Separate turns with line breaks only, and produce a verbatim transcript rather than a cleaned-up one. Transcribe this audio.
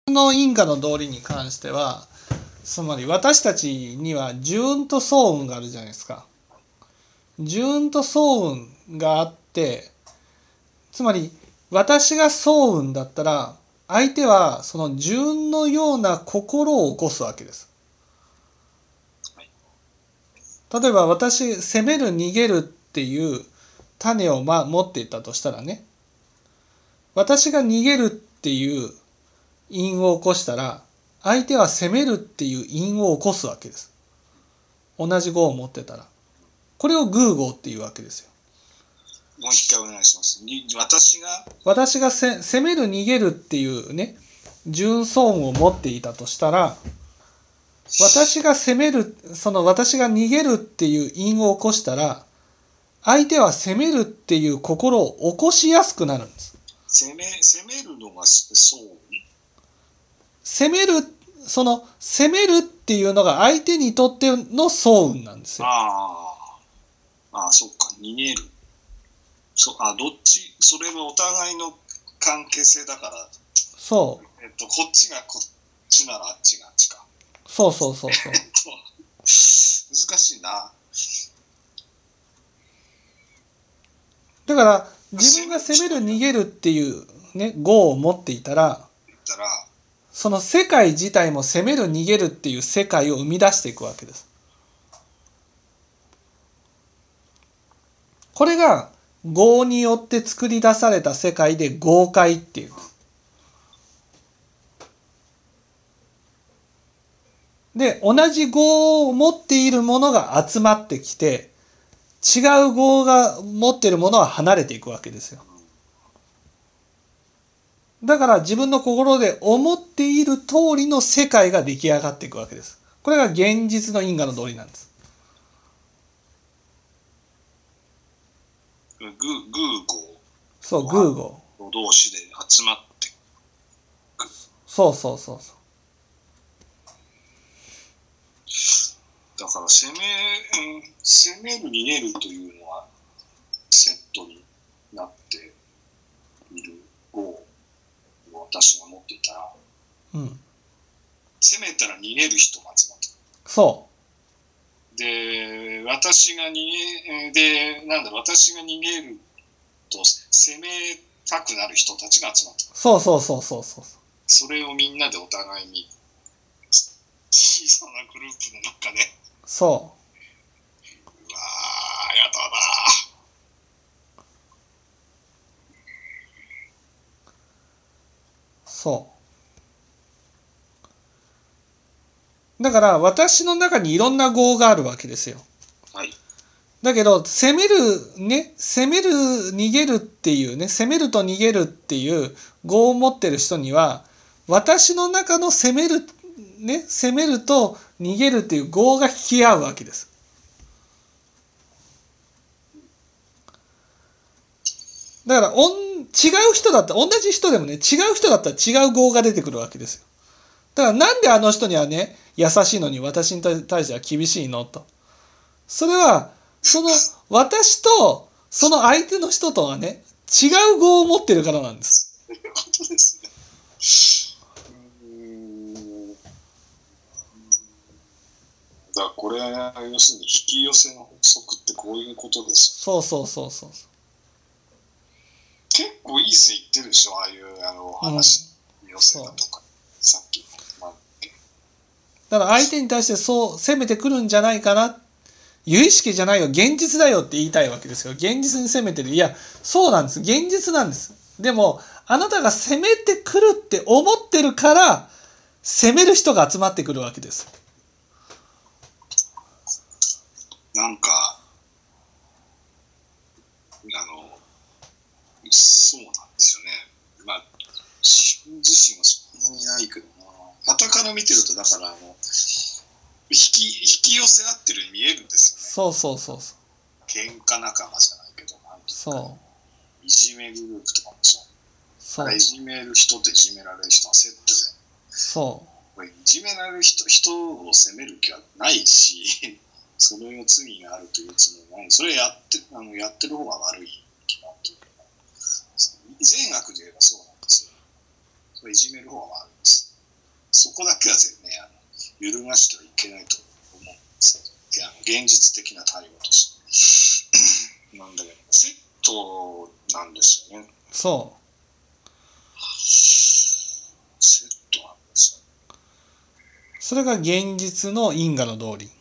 の因果の道理に関しては、つまり私たちには受運と相運があるじゃないですか。受運と相運があって、つまり私が相運だったら相手はその受運のような心を起こすわけです。例えば私、攻める逃げるっていう種をま持っていたとしたらね、私が逃げるっていう因を起こしたら、相手は攻めるっていう因を起こすわけです。同じ業を持ってたら。これを偶業っていうわけですよ。
もう一回お願いします。私が
私がせ攻める逃げるっていうね、純相運を持っていたとしたら、私が攻める、その私が逃げるっていう因を起こしたら、相手は攻めるっていう心を起こしやすくなるんです。
攻め、攻めるのが相運？
攻める、その攻めるっていうのが相手にとっての相運なんですよ。
ああ、ああ、そうか、逃げる。そあどっち、それはお互いの関係性だから。
そう。
えっと、こっちがこっちならあっちがあっちか。
そうそうそうそう。
えっと、難しいな。
だから自分が攻める逃げるっていうね業を持っていたら、その世界自体も攻める逃げるっていう世界を生み出していくわけです。これが業によって作り出された世界で業界っていうんです。で、同じ業を持っているものが集まってきて、違う業が持っているものは離れていくわけですよ。だから自分の心で思っている通りの世界が出来上がっていくわけです。これが現実の因果の道理なんです。
グーゴ
そう、グーゴ
ー同士で集まってくる。
そうそうそうそう。
だから攻め、攻める逃げるというのはセットになっている業を私が持っていたら、
うん、
攻めたら逃げる人が集まってくる。
そう。
で、私が逃げ、で、なんだ、私が逃げると攻めたくなる人たちが集まってくる。
そうそうそうそうそう。
それをみんなでお互いに小さなグループの中で。
そう。う
わー、やだな。
そう。だから私の中にいろんな業があるわけですよ。
はい。
だけど攻めるね、攻める逃げるっていうね、攻めると逃げるっていう業を持ってる人には、私の中の攻めるね、攻めると逃げるっていう業が引き合うわけです。だからおん違う人だったら、同じ人でもね、違う人だったら違う業が出てくるわけですよ。だからなんであの人にはね優しいのに私に対しては厳しいのと。それはその私とその相手の人とはね違う業を持ってるからなんです。
そういうことですね。だからこれは要するに引き寄せの法則ってこういうことです
よ。そうそうそうそう。
結構いい線いってるでしょ、ああいうあの話、うん、寄せだとかさっきの、まあ、
だから相手に対してそう攻めてくるんじゃないかな、有意識じゃないよ現実だよって言いたいわけですよ。現実に攻めてる。いやそうなんです、現実なんです。でもあなたが攻めてくるって思ってるから攻める人が集まってくるわけです。
なんかあのそうなんですよね。まあ自分自身はそんなにないけどな。傍から見てるとだからあの引き引き寄せ合ってるように見えるんですよね。
そうそうそうそう。
喧嘩仲間じゃないけど、なんていうか
そう。
いじめグループとかもそう。そう。いじめる人といじめられる人はセットで。
そう。
これいじめられる人人を責める気はないし、それを罪があるというつもりはない。それやってあのやってる方が悪い気がある。善悪で言えばそうなんですよ。それいじめる方が悪いです。 そこだけはですね、あの揺るがしてはいけないと思うんですよ。いや、現実的な対応としてなんだけど、セットなんですよね。
そう
セットなんですよ。
それが現実の因果の道理。